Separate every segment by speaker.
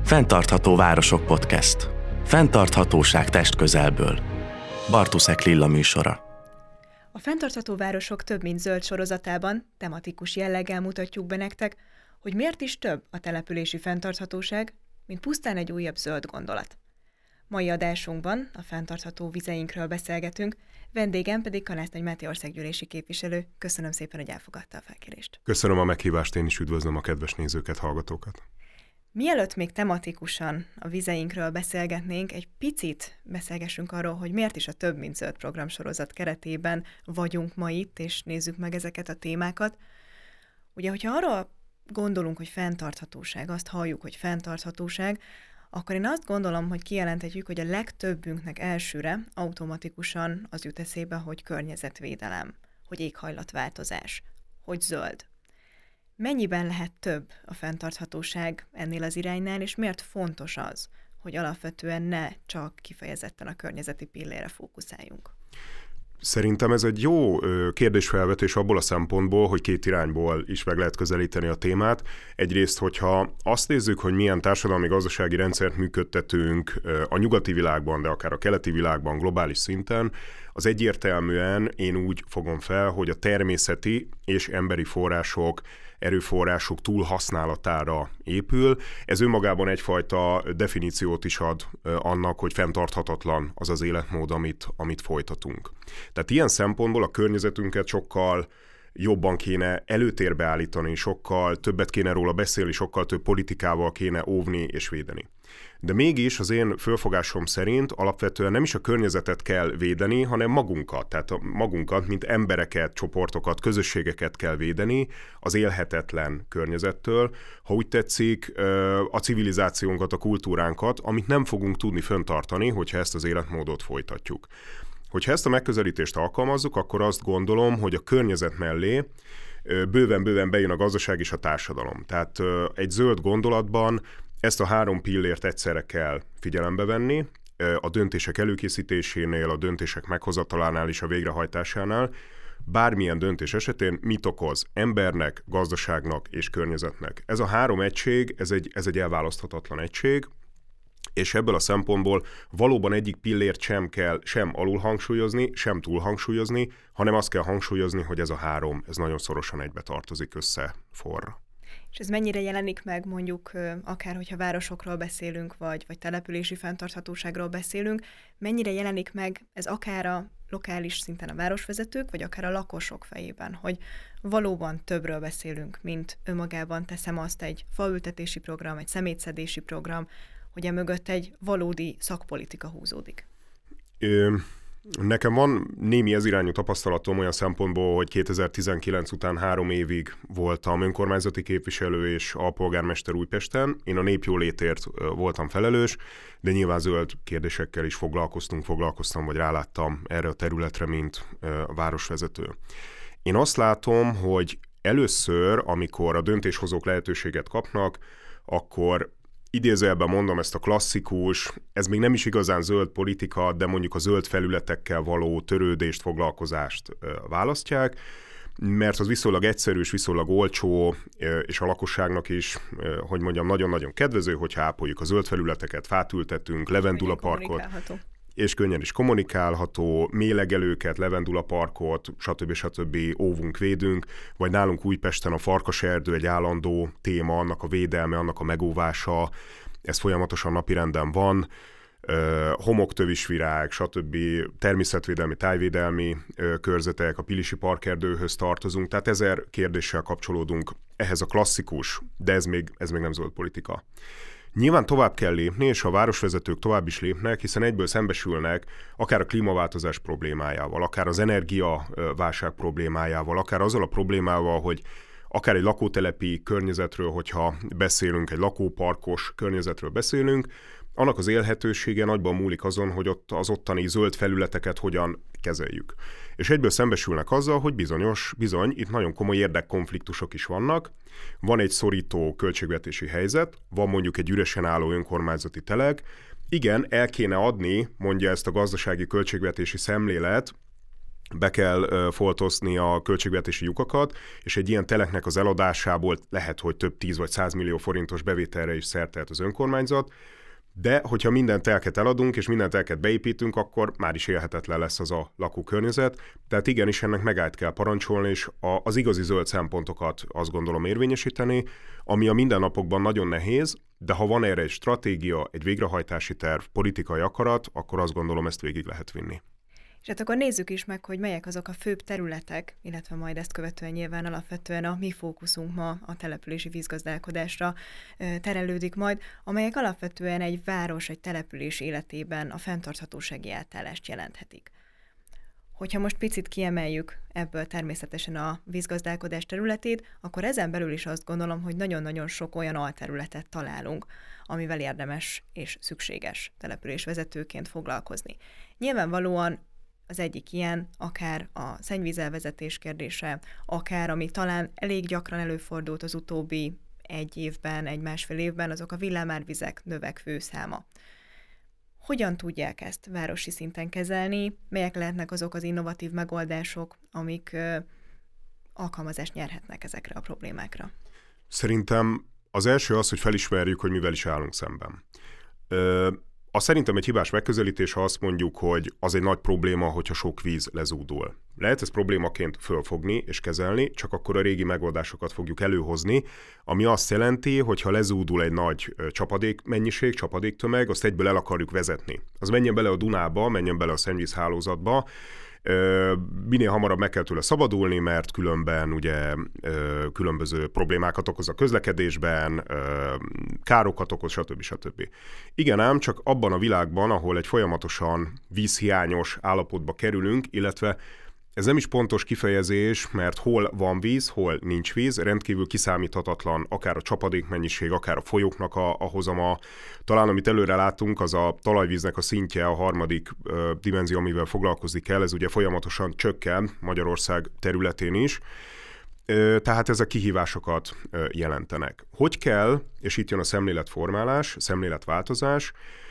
Speaker 1: Fenntartható Városok Podcast. Fenntarthatóság testközelből. Bartuszek Lilla műsora.
Speaker 2: A Fenntartható Városok több mint zöld sorozatában tematikus jelleggel mutatjuk be nektek, hogy miért is több a települési fenntarthatóság, mint pusztán egy újabb zöld gondolat. Mai adásunkban a fenntartható vizeinkről beszélgetünk, vendégem pedig Kanásznagy Máté országgyűlési képviselő. Köszönöm szépen, hogy elfogadta a felkérést.
Speaker 3: Köszönöm a meghívást, én is üdvözlöm a kedves nézőket, hallgatókat.
Speaker 2: Mielőtt még tematikusan a vizeinkről beszélgetnénk, egy picit beszélgessünk arról, hogy miért is a Több mint Zöld programsorozat keretében vagyunk ma itt, és nézzük meg ezeket a témákat. Ugye, hogyha arra gondolunk, hogy fenntarthatóság, azt halljuk, hogy fenntarthatóság, akkor én azt gondolom, hogy kijelenthetjük, hogy a legtöbbünknek elsőre automatikusan az jut eszébe, hogy környezetvédelem, hogy éghajlatváltozás, hogy zöld. Mennyiben lehet több a fenntarthatóság ennél az iránynál, és miért fontos az, hogy alapvetően ne csak kifejezetten a környezeti pillére fókuszáljunk?
Speaker 3: Szerintem ez egy jó kérdésfelvetés abból a szempontból, hogy két irányból is meg lehet közelíteni a témát. Egyrészt, hogyha azt nézzük, hogy milyen társadalmi-gazdasági rendszert működtetünk a nyugati világban, de akár a keleti világban, globális szinten, az egyértelműen én úgy fogom fel, hogy a természeti és emberi források, erőforrások túlhasználatára épül. Ez önmagában egyfajta definíciót is ad annak, hogy fenntarthatatlan az az életmód, amit folytatunk. Tehát ilyen szempontból a környezetünket sokkal jobban kéne előtérbe állítani, sokkal többet kéne róla beszélni, sokkal több politikával kéne óvni és védeni. De mégis az én fölfogásom szerint alapvetően nem is a környezetet kell védeni, hanem magunkat. Tehát magunkat, mint embereket, csoportokat, közösségeket kell védeni az élhetetlen környezettől. Ha úgy tetszik, a civilizációnkat, a kultúránkat, amit nem fogunk tudni fenntartani, hogyha ezt az életmódot folytatjuk. Hogyha ezt a megközelítést alkalmazzuk, akkor azt gondolom, hogy a környezet mellé bőven-bőven bejön a gazdaság és a társadalom. Tehát egy zöld gondolatban ezt a három pillért egyszerre kell figyelembe venni, a döntések előkészítésénél, a döntések meghozatalánál és a végrehajtásánál. Bármilyen döntés esetén mit okoz embernek, gazdaságnak és környezetnek. Ez a három egység, ez egy elválaszthatatlan egység, és ebből a szempontból valóban egyik pillért sem kell sem alulhangsúlyozni, sem túlhangsúlyozni, hanem azt kell hangsúlyozni, hogy ez a három, ez nagyon szorosan egybe tartozik összeforra.
Speaker 2: És ez mennyire jelenik meg mondjuk, akár hogyha városokról beszélünk, vagy települési fenntarthatóságról beszélünk, mennyire jelenik meg ez akár a lokális szinten a városvezetők, vagy akár a lakosok fejében, hogy valóban többről beszélünk, mint önmagában teszem azt egy faültetési program, egy szemétszedési program, hogy emögött egy valódi szakpolitika húzódik.
Speaker 3: Nekem van némi ez irányú tapasztalatom olyan szempontból, hogy 2019 után 3 évig voltam önkormányzati képviselő és alpolgármester Újpesten. Én a népjólétért voltam felelős, de nyilván zöld kérdésekkel is foglalkoztam, vagy ráláttam erre a területre, mint városvezető. Én azt látom, hogy először, amikor a döntéshozók lehetőséget kapnak, akkor idézőjelben mondom ezt a klasszikus, ez még nem is igazán zöld politika, de mondjuk a zöld felületekkel való törődést, foglalkozást választják, mert az viszonylag egyszerű és viszonylag olcsó, és a lakosságnak is, hogy mondjam, nagyon-nagyon kedvező, hogyha ápoljuk a zöld felületeket, fát ültetünk, levendulaparkot, és könnyen is kommunikálható, mélegelőket, levendulaparkot, stb. Óvunk, védünk, vagy nálunk Újpesten a farkaserdő egy állandó téma, annak a védelme, annak a megóvása, ez folyamatosan napirenden van, homoktövisvirág, stb. Természetvédelmi, tájvédelmi körzetek, a Pilisi parkerdőhöz tartozunk, tehát 1000 kérdéssel kapcsolódunk ehhez a klasszikus, de ez még nem zöld politika. Nyilván tovább kell lépni, és a városvezetők tovább is lépnek, hiszen egyből szembesülnek akár a klímaváltozás problémájával, akár az energiaválság problémájával, akár azzal a problémával, hogy akár egy lakótelepi környezetről, hogyha beszélünk, egy lakóparkos környezetről beszélünk, annak az élhetősége nagyban múlik azon, hogy ott az ottani zöld felületeket hogyan kezeljük. És egyből szembesülnek azzal, hogy bizony, itt nagyon komoly érdekkonfliktusok is vannak. Van egy szorító költségvetési helyzet, van mondjuk egy üresen álló önkormányzati telek. Igen, el kéne adni, mondja ezt a gazdasági költségvetési szemlélet, be kell foltozni a költségvetési lyukakat, és egy ilyen teleknek az eladásából lehet, hogy több 10 vagy 100 millió forintos bevételre is szert tehet az önkormányzat, de hogyha minden telket eladunk, és minden telket beépítünk, akkor már is élhetetlen lesz az a lakókörnyezet. Tehát igenis ennek megállt kell parancsolni, és az igazi zöld szempontokat azt gondolom érvényesíteni, ami a mindennapokban nagyon nehéz, de ha van erre egy stratégia, egy végrehajtási terv, politikai akarat, akkor azt gondolom ezt végig lehet vinni.
Speaker 2: És hát akkor nézzük is meg, hogy melyek azok a főbb területek, illetve majd ezt követően nyilván alapvetően a mi fókuszunk ma a települési vízgazdálkodásra terelődik majd, amelyek alapvetően egy város, egy település életében a fenntarthatósági átállást jelenthetik. Hogyha most picit kiemeljük ebből természetesen a vízgazdálkodás területét, akkor ezen belül is azt gondolom, hogy nagyon-nagyon sok olyan alterületet találunk, amivel érdemes és szükséges településvezetőként foglalkozni. Nyilvánvalóan az egyik ilyen, akár a szennyvízelvezetés kérdése, akár ami talán elég gyakran előfordult az utóbbi egy évben, egy-másfél évben, azok a villámárvizek növekvő száma. Hogyan tudják ezt városi szinten kezelni? Melyek lehetnek azok az innovatív megoldások, amik alkalmazást nyerhetnek ezekre a problémákra?
Speaker 3: Szerintem az első az, hogy felismerjük, hogy mivel is állunk szemben. Szerintem egy hibás megközelítés, ha azt mondjuk, hogy az egy nagy probléma, hogyha sok víz lezúdul. Lehet ezt problémaként fölfogni és kezelni, csak akkor a régi megoldásokat fogjuk előhozni, ami azt jelenti, hogy ha lezúdul egy nagy csapadékmennyiség, csapadéktömeg, azt egyből el akarjuk vezetni. Az menjen bele a Dunába, menjen bele a szennyvízhálózatba, minél hamarabb meg kell tőle szabadulni, mert különben ugye különböző problémákat okoz a közlekedésben, károkat okoz, stb. Igen ám, csak abban a világban, ahol egy folyamatosan vízhiányos állapotba kerülünk, illetve ez nem is pontos kifejezés, mert hol van víz, hol nincs víz, rendkívül kiszámíthatatlan akár a csapadékmennyiség, akár a folyóknak a hozama. Talán amit előre látunk, az a talajvíznek a szintje, a harmadik dimenzió, amivel foglalkozni kell, ez ugye folyamatosan csökken Magyarország területén is. Tehát ezek kihívásokat jelentenek. Hogy kell, és itt jön a szemléletformálás, szemléletváltozás,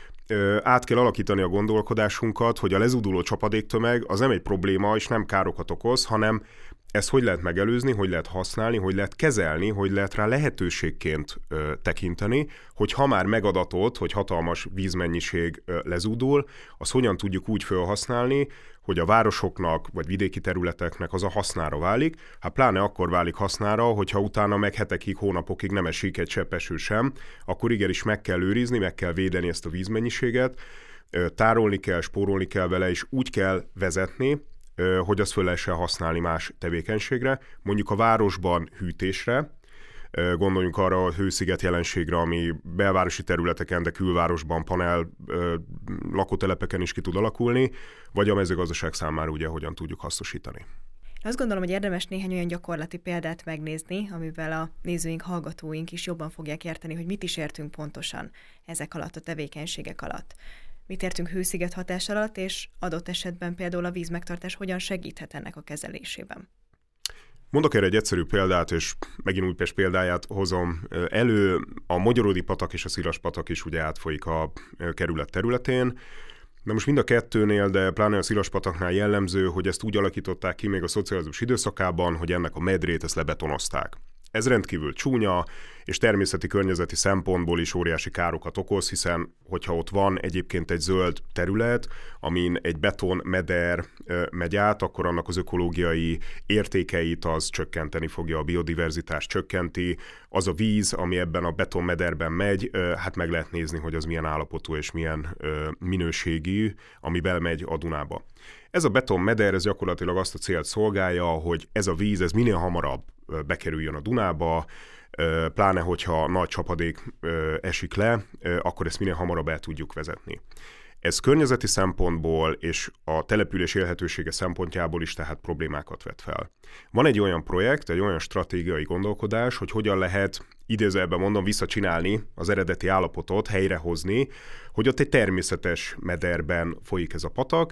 Speaker 3: át kell alakítani a gondolkodásunkat, hogy a lezúduló csapadéktömeg az nem egy probléma, és nem károkat okoz, hanem ezt hogy lehet megelőzni, hogy lehet használni, hogy lehet kezelni, hogy lehet rá lehetőségként tekinteni, hogy ha már megadatott, hogy hatalmas vízmennyiség lezúdul, azt hogyan tudjuk úgy felhasználni, hogy a városoknak vagy vidéki területeknek az a hasznára válik, hát pláne akkor válik hasznára, hogyha utána meg hetekig, hónapokig nem esik egy csepp eső sem, akkor igenis meg kell őrizni, meg kell védeni ezt a vízmennyiséget, tárolni kell, spórolni kell vele, és úgy kell vezetni, hogy azt föl lehessen használni más tevékenységre, mondjuk a városban hűtésre, gondoljunk arra a hősziget jelenségre, ami belvárosi területeken, de külvárosban, panel lakótelepeken is ki tud alakulni, vagy a mezőgazdaság számára ugye hogyan tudjuk hasznosítani.
Speaker 2: Azt gondolom, hogy érdemes néhány olyan gyakorlati példát megnézni, amivel a nézőink, hallgatóink is jobban fogják érteni, hogy mit is értünk pontosan ezek alatt a tevékenységek alatt. Mit értünk hősziget hatás alatt, és adott esetben például a vízmegtartás hogyan segíthet ennek a kezelésében?
Speaker 3: Mondok erre egy egyszerű példát, és megint Újpest példáját hozom elő. A Mogyorodi patak és a Szilas patak is ugye átfolyik a kerület területén. De most mind a kettőnél, de pláne a Szilas pataknál jellemző, hogy ezt úgy alakították ki még a szocializmus időszakában, hogy ennek a medrét ezt lebetonozták. Ez rendkívül csúnya, és természeti környezeti szempontból is óriási károkat okoz, hiszen hogyha ott van egyébként egy zöld terület, amin egy betonmeder megy át, akkor annak az ökológiai értékeit az csökkenteni fogja, a biodiverzitást csökkenti. Az a víz, ami ebben a betonmederben megy, hát meg lehet nézni, hogy az milyen állapotú és milyen minőségű, ami belmegy a Dunába. Ez a betonmeder, ez gyakorlatilag azt a célt szolgálja, hogy ez a víz, ez minél hamarabb bekerüljön a Dunába, pláne hogyha nagy csapadék esik le, akkor ezt minél hamarabb el tudjuk vezetni. Ez környezeti szempontból és a település élhetősége szempontjából is tehát problémákat vet fel. Van egy olyan projekt, egy olyan stratégiai gondolkodás, hogy hogyan lehet idézőjelben mondom visszacsinálni az eredeti állapotot, helyrehozni, hogy ott egy természetes mederben folyik ez a patak.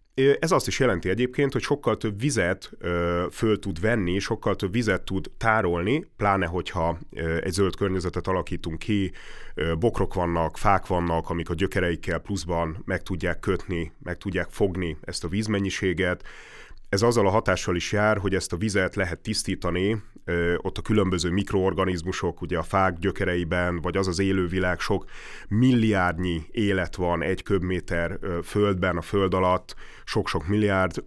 Speaker 3: Ez azt is jelenti egyébként, hogy sokkal több vizet föl tud venni, sokkal több vizet tud tárolni, pláne hogyha egy zöld környezetet alakítunk ki, bokrok vannak, fák vannak, amik a gyökereikkel pluszban meg tudják kötni, meg tudják fogni ezt a vízmennyiséget. ez azzal a hatással is jár, hogy ezt a vizet lehet tisztítani, ott a különböző mikroorganizmusok, ugye a fák gyökereiben, vagy az az élővilág, sok milliárdnyi élet van egy köbméter földben, a föld alatt, sok-sok milliárd,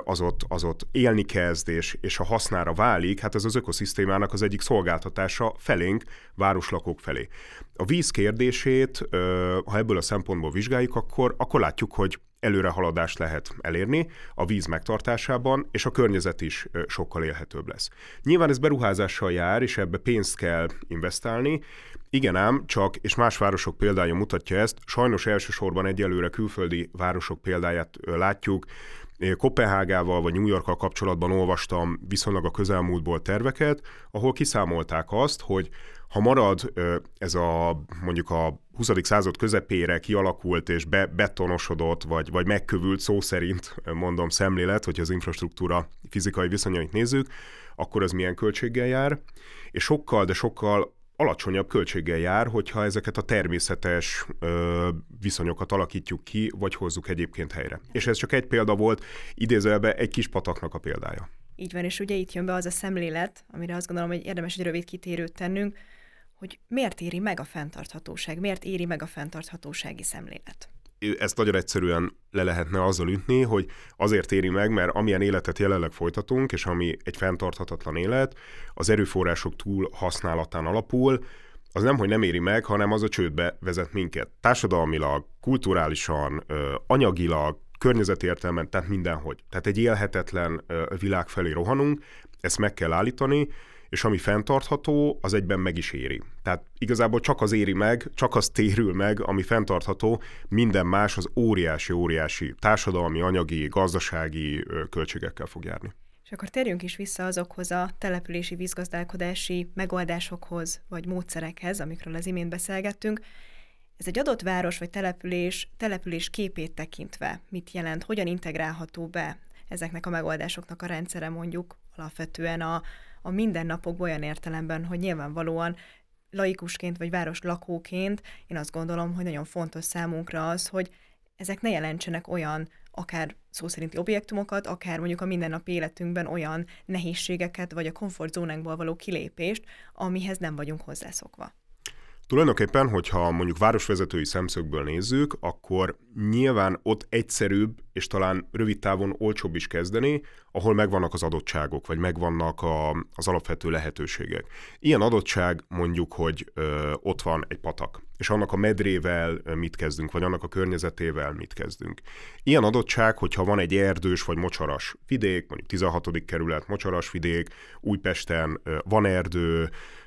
Speaker 3: az ott élni kezd, és a hasznára válik, hát ez az ökoszisztémának az egyik szolgáltatása felénk, városlakók felé. A víz kérdését, ha ebből a szempontból vizsgáljuk, akkor látjuk, hogy előrehaladást lehet elérni a víz megtartásában, és a környezet is sokkal élhetőbb lesz. Nyilván ez beruházással jár, és ebbe pénzt kell investálni. Igen ám, csak, és más városok példája mutatja ezt, sajnos elsősorban egyelőre külföldi városok példáját látjuk. Kopenhágával vagy New Yorkkal kapcsolatban olvastam viszonylag a közelmúltból terveket, ahol kiszámolták azt, hogy ha marad ez mondjuk a 20. század közepére kialakult és betonosodott, vagy megkövült szó szerint, mondom, szemlélet, hogyha az infrastruktúra fizikai viszonyait nézzük, akkor az milyen költséggel jár, és sokkal, de sokkal alacsonyabb költséggel jár, hogyha ezeket a természetes viszonyokat alakítjuk ki, vagy hozzuk egyébként helyre. És ez csak egy példa volt, idézőjelben egy kis pataknak a példája.
Speaker 2: Így van, és ugye itt jön be az a szemlélet, amire azt gondolom, hogy érdemes egy rövid kitérőt tennünk, hogy miért éri meg a fenntarthatóság, miért éri meg a fenntarthatósági szemlélet.
Speaker 3: Ezt nagyon egyszerűen le lehetne azzal ütni, hogy azért éri meg, mert amilyen életet jelenleg folytatunk, és ami egy fenntarthatatlan élet, az erőforrások túl használatán alapul, az nem, hogy nem éri meg, hanem az a csődbe vezet minket. Társadalmilag, kulturálisan, anyagilag, környezeti értelemben, tehát mindenhogy. Tehát egy élhetetlen világ felé rohanunk, ezt meg kell állítani, és ami fenntartható, az egyben meg is éri. Tehát igazából csak az éri meg, csak az térül meg, ami fenntartható, minden más az óriási társadalmi, anyagi, gazdasági költségekkel fog járni.
Speaker 2: És akkor térjünk is vissza azokhoz a települési vízgazdálkodási megoldásokhoz, vagy módszerekhez, amikről az imént beszélgettünk. Ez egy adott város vagy település képét tekintve mit jelent, hogyan integrálható be ezeknek a megoldásoknak a rendszere mondjuk alapvetően a mindennapokban olyan értelemben, hogy nyilvánvalóan laikusként vagy városlakóként én azt gondolom, hogy nagyon fontos számunkra az, hogy ezek ne jelentsenek olyan akár szó szerinti objektumokat, akár mondjuk a mindennapi életünkben olyan nehézségeket, vagy a komfortzónánkból való kilépést, amihez nem vagyunk hozzászokva.
Speaker 3: Tulajdonképpen, hogyha mondjuk városvezetői szemszögből nézzük, akkor nyilván ott egyszerűbb, és talán rövid távon olcsóbb is kezdeni, ahol megvannak az adottságok, vagy megvannak az alapvető lehetőségek. Ilyen adottság mondjuk, hogy ott van egy patak, és annak a medrével mit kezdünk, vagy annak a környezetével mit kezdünk. Ilyen adottság, hogyha van egy erdős vagy mocsaras vidék, mondjuk 16. kerület mocsaras vidék, Újpesten van erdő,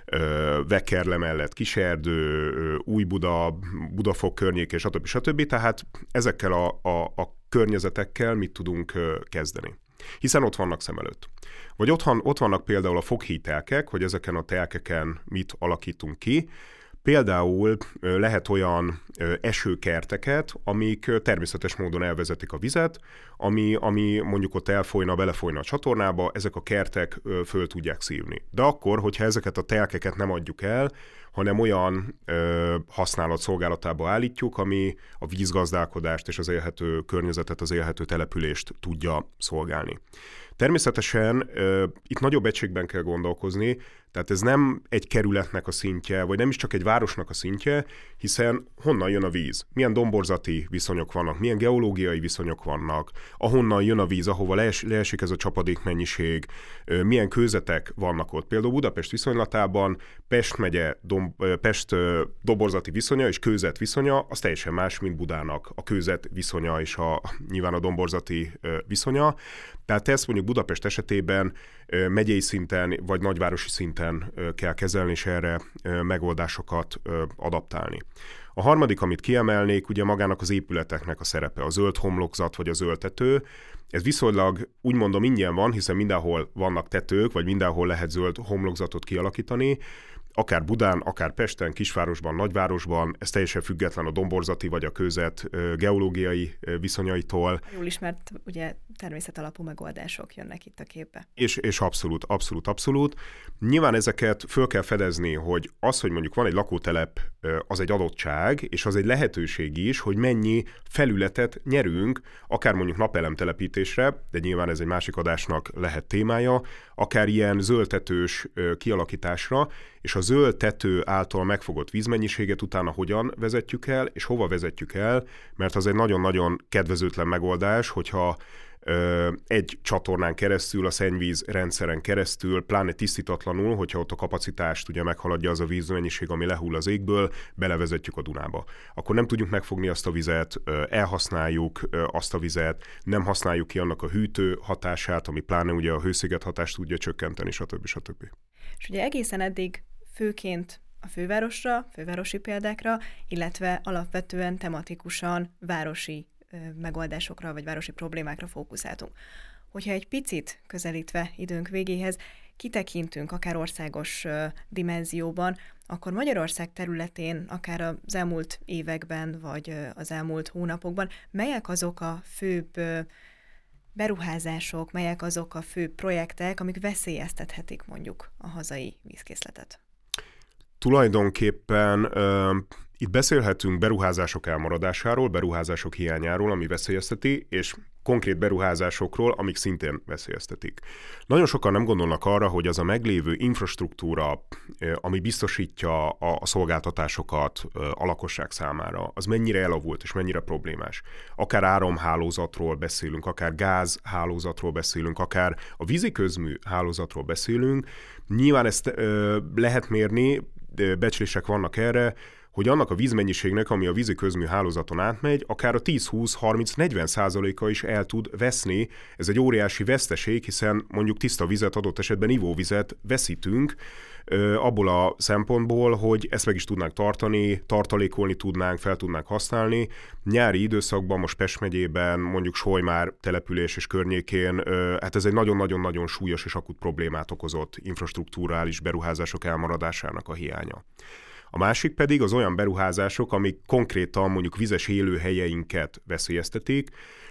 Speaker 3: Vekerle mellett Kiserdő, Újbuda, Budafok környék, stb. Tehát ezekkel a környezetekkel mit tudunk kezdeni? Hiszen ott vannak szem előtt. Vagy ott vannak például a foghíjtelkek, hogy ezeken a telkeken mit alakítunk ki. Például lehet olyan esőkerteket, amik természetes módon elvezetik a vizet, ami mondjuk ott belefolyna a csatornába, ezek a kertek föl tudják szívni. De akkor, hogyha ezeket a telkeket nem adjuk el, hanem olyan használat szolgálatába állítjuk, ami a vízgazdálkodást és az élhető környezetet, az élhető települést tudja szolgálni. Természetesen itt nagyobb egységben kell gondolkozni, tehát ez nem egy kerületnek a szintje, vagy nem is csak egy városnak a szintje, hiszen honnan jön a víz? Milyen domborzati viszonyok vannak, milyen geológiai viszonyok vannak, ahonnan jön a víz, ahova leesik ez a csapadékmennyiség, milyen kőzetek vannak ott. Például Budapest viszonylatában Pest megye Pest domborzati viszonya és kőzet viszonya, az teljesen más, mint Budának a kőzet viszonya és nyilván a domborzati viszonya. Tehát ezt mondjuk Budapest esetében megyei szinten vagy nagyvárosi szinten kell kezelni, és erre megoldásokat adaptálni. A harmadik, amit kiemelnék, ugye magának az épületeknek a szerepe, a zöld homlokzat vagy a zöld tető. Ez viszonylag úgy mondom ingyen van, hiszen mindenhol vannak tetők, vagy mindenhol lehet zöld homlokzatot kialakítani, akár Budán, akár Pesten, kisvárosban, nagyvárosban, ez teljesen független a domborzati vagy a kőzet geológiai viszonyaitól.
Speaker 2: Jól ismert, ugye természetalapú megoldások jönnek itt a képbe.
Speaker 3: És abszolút. Nyilván ezeket föl kell fedezni, hogy az, hogy mondjuk van egy lakótelep az egy adottság, és az egy lehetőség is, hogy mennyi felületet nyerünk, akár mondjuk napelemtelepítésre, de nyilván ez egy másik adásnak lehet témája, akár ilyen zöldtetős kialakításra, és a zöld tető által megfogott vízmennyiséget utána hogyan vezetjük el, és hova vezetjük el, mert az egy nagyon-nagyon kedvezőtlen megoldás, hogyha egy csatornán keresztül, a szennyvíz rendszeren keresztül, pláne tisztítatlanul, hogyha ott a kapacitást ugye meghaladja az a vízmennyiség, ami lehull az égből, belevezetjük a Dunába. Akkor nem tudjuk megfogni azt a vizet, elhasználjuk azt a vizet, nem használjuk ki annak a hűtő hatását, ami pláne ugye a hősziget hatást tudja csökkenteni, stb.
Speaker 2: És ugye egészen eddig főként a fővárosra, fővárosi példákra, illetve alapvetően tematikusan városi megoldásokra vagy városi problémákra fókuszáltunk. Hogyha egy picit közelítve időnk végéhez kitekintünk akár országos dimenzióban, akkor Magyarország területén akár az elmúlt években vagy az elmúlt hónapokban melyek azok a főbb beruházások, melyek azok a fő projektek, amik veszélyeztethetik mondjuk a hazai vízkészletet?
Speaker 3: Tulajdonképpen itt beszélhetünk beruházások elmaradásáról, beruházások hiányáról, ami veszélyezteti, és konkrét beruházásokról, amik szintén veszélyeztetik. Nagyon sokan nem gondolnak arra, hogy az a meglévő infrastruktúra, ami biztosítja a szolgáltatásokat a lakosság számára, az mennyire elavult és mennyire problémás. Akár áramhálózatról beszélünk, akár gázhálózatról beszélünk, akár a víziközmű hálózatról beszélünk. Nyilván ezt lehet mérni, becslések vannak erre, hogy annak a vízmennyiségnek, ami a víziközmű hálózaton átmegy, akár a 10-20-30-40%-a is el tud veszni. Ez egy óriási veszteség, hiszen mondjuk tiszta vizet, adott esetben ivóvizet veszítünk, abból a szempontból, hogy ezt meg is tudnánk tartani, tartalékolni tudnánk, fel tudnánk használni. Nyári időszakban, most Pest megyében, mondjuk Solymár település és környékén, hát ez egy nagyon-nagyon-nagyon súlyos és akut problémát okozott infrastruktúrális beruházások elmaradásának a hiánya. A másik pedig az olyan beruházások, amik konkrétan mondjuk vizes élőhelyeinket veszélyeztetik.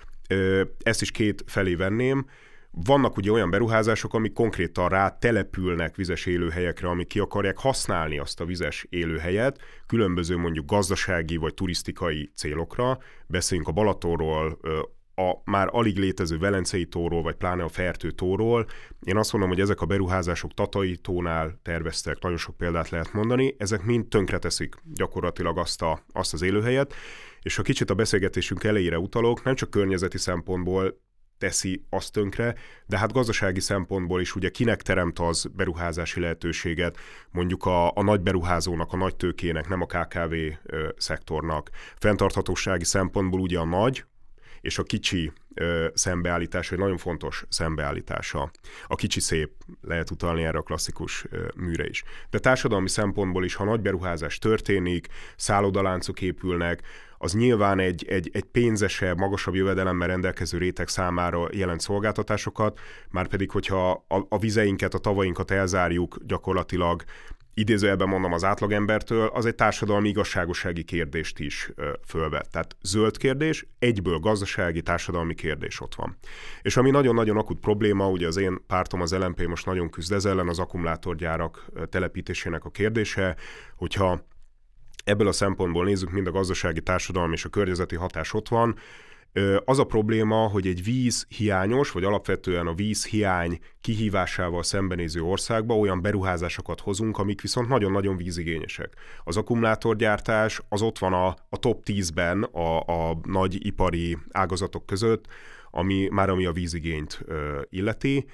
Speaker 3: Ezt is két felé venném. Vannak ugye olyan beruházások, amik konkrétan rá települnek vizes élőhelyekre, amik ki akarják használni azt a vizes élőhelyet, különböző mondjuk gazdasági vagy turisztikai célokra. Beszéljünk a Balatonról, a már alig létező Velencei tóról, vagy pláne a Fertő tóról. Én azt mondom, hogy ezek a beruházások Tatai tónál terveztek, nagyon sok példát lehet mondani, ezek mind tönkreteszik gyakorlatilag azt az élőhelyet, és ha kicsit a beszélgetésünk elejére utalok, nem csak környezeti szempontból teszi azt tönkre, de hát gazdasági szempontból is ugye kinek teremt az beruházási lehetőséget, mondjuk a nagy beruházónak, a nagy tőkének, nem a KKV szektornak. Fenntarthatósági szempontból ugye a nagy és a kicsi szembeállítása, egy nagyon fontos szembeállítása. A kicsi szép, lehet utalni erre a klasszikus műre is. De társadalmi szempontból is, ha nagy beruházás történik, szállodaláncok épülnek, az nyilván egy pénzesebb, magasabb jövedelemmel rendelkező réteg számára jelent szolgáltatásokat, márpedig, hogyha a vizeinket, a tavainkat elzárjuk gyakorlatilag, idézőjelben mondom az átlagembertől, az egy társadalmi igazságossági kérdést is fölvet. Tehát zöld kérdés, egyből gazdasági, társadalmi kérdés ott van. És ami nagyon-nagyon akut probléma, ugye az én pártom, az LMP most nagyon küzd ez ellen, az akkumulátorgyárak telepítésének a kérdése, hogyha ebből a szempontból nézzük, mind a gazdasági, társadalmi és a környezeti hatás ott van. Az a probléma, hogy egy vízhiányos, vagy alapvetően a vízhiány kihívásával szembenéző országba olyan beruházásokat hozunk, amik viszont nagyon-nagyon vízigényesek. Az akkumulátorgyártás az ott van a top 10-ben a nagy ipari ágazatok között, ami a vízigényt illeti.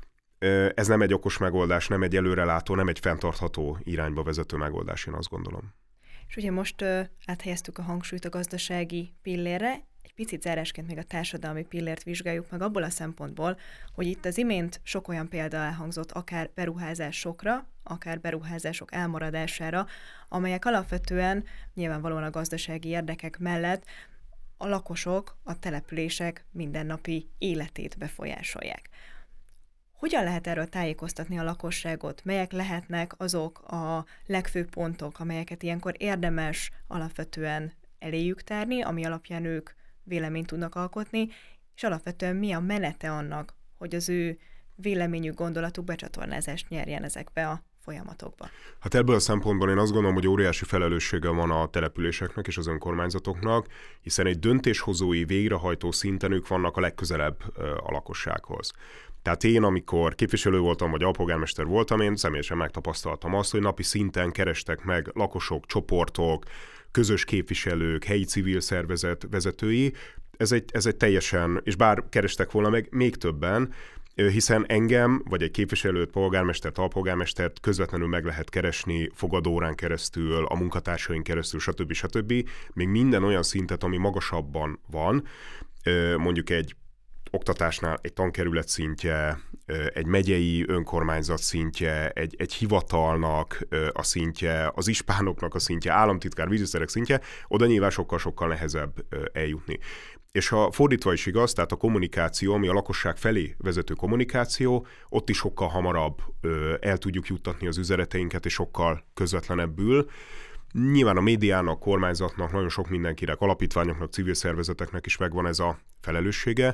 Speaker 3: Ez nem egy okos megoldás, nem egy előrelátó, nem egy fenntartható irányba vezető megoldás, én azt gondolom.
Speaker 2: És ugye most áthelyeztük a hangsúlyt a gazdasági pillérre, egy picit zárásként még a társadalmi pillért vizsgáljuk meg abból a szempontból, hogy itt az imént sok olyan példa elhangzott, akár beruházásokra, akár beruházások elmaradására, amelyek alapvetően nyilvánvalóan a gazdasági érdekek mellett a lakosok, a települések mindennapi életét befolyásolják. Hogyan lehet erről tájékoztatni a lakosságot? Melyek lehetnek azok a legfőbb pontok, amelyeket ilyenkor érdemes alapvetően eléjük tárni, ami alapján ők véleményt tudnak alkotni, és alapvetően mi a menete annak, hogy az ő véleményük, gondolatuk becsatornázást nyerjen ezekbe a folyamatokba?
Speaker 3: Hát ebből a szempontból én azt gondolom, hogy óriási felelőssége van a településeknek és az önkormányzatoknak, hiszen egy döntéshozói, végrehajtó szinten ők vannak a legközelebb a lakossághoz. Tehát én, amikor képviselő voltam, vagy alpolgármester voltam, én személyesen megtapasztaltam azt, hogy napi szinten kerestek meg lakosok, csoportok, közös képviselők, helyi civil szervezet vezetői. Ez egy teljesen, és bár kerestek volna meg még többen, hiszen engem, vagy egy képviselőt, polgármestert, alpolgármestert közvetlenül meg lehet keresni fogadórán keresztül, a munkatársaink keresztül, stb. Még minden olyan szintet, ami magasabban van, mondjuk egy oktatásnál egy tankerület szintje, egy megyei önkormányzat szintje, egy hivatalnak a szintje, az ispánoknak a szintje, államtitkár, vízügyszerek szintje, oda nyilván sokkal nehezebb eljutni. És ha fordítva is igaz, tehát a kommunikáció, ami a lakosság felé vezető kommunikáció, ott is sokkal hamarabb el tudjuk juttatni az üzeneteinket, és sokkal közvetlenebbül. Nyilván a médiának, kormányzatnak, nagyon sok mindenkinek, alapítványoknak, civil szervezeteknek is megvan ez a felelőssége,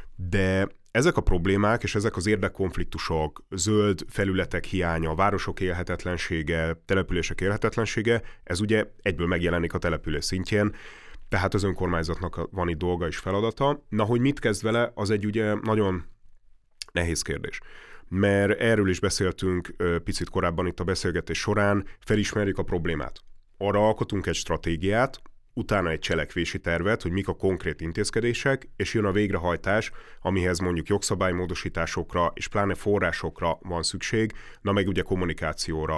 Speaker 3: de ezek a problémák és ezek az érdekkonfliktusok, zöld felületek hiánya, városok élhetetlensége, települések élhetetlensége, ez ugye egyből megjelenik a település szintjén, tehát az önkormányzatnak van itt dolga és feladata. Na, hogy mit kezd vele, az egy ugye nagyon nehéz kérdés. Mert erről is beszéltünk picit korábban itt a beszélgetés során, felismerjük a problémát. Arra alkotunk egy stratégiát, utána egy cselekvési tervet, hogy mik a konkrét intézkedések, és jön a végrehajtás, amihez mondjuk jogszabálymódosításokra és pláne forrásokra van szükség, na meg ugye kommunikációra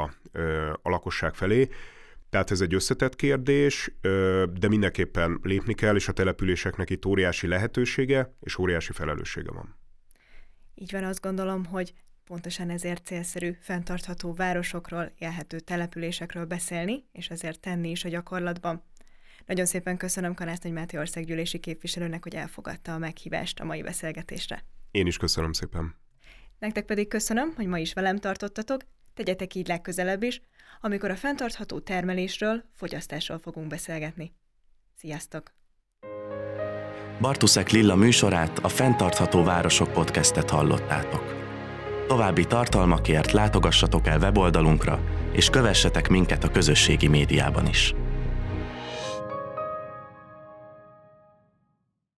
Speaker 3: a lakosság felé. Tehát ez egy összetett kérdés, de mindenképpen lépni kell, és a településeknek itt óriási lehetősége és óriási felelőssége van.
Speaker 2: Így van, azt gondolom, hogy pontosan ezért célszerű fenntartható városokról, élhető településekről beszélni, és ezért tenni is a gyakorlatban. Nagyon szépen köszönöm Karácsony Máté országgyűlési képviselőnek, hogy elfogadta a meghívást a mai beszélgetésre.
Speaker 3: Én is köszönöm szépen.
Speaker 2: Nektek pedig köszönöm, hogy ma is velem tartottatok, tegyetek így legközelebb is, amikor a fenntartható termelésről, fogyasztásról fogunk beszélgetni. Sziasztok!
Speaker 1: Bartuszek Lilla műsorát, a Fenntartható Városok podcastet hallottátok. További tartalmakért látogassatok el weboldalunkra, és kövessetek minket a közösségi médiában is.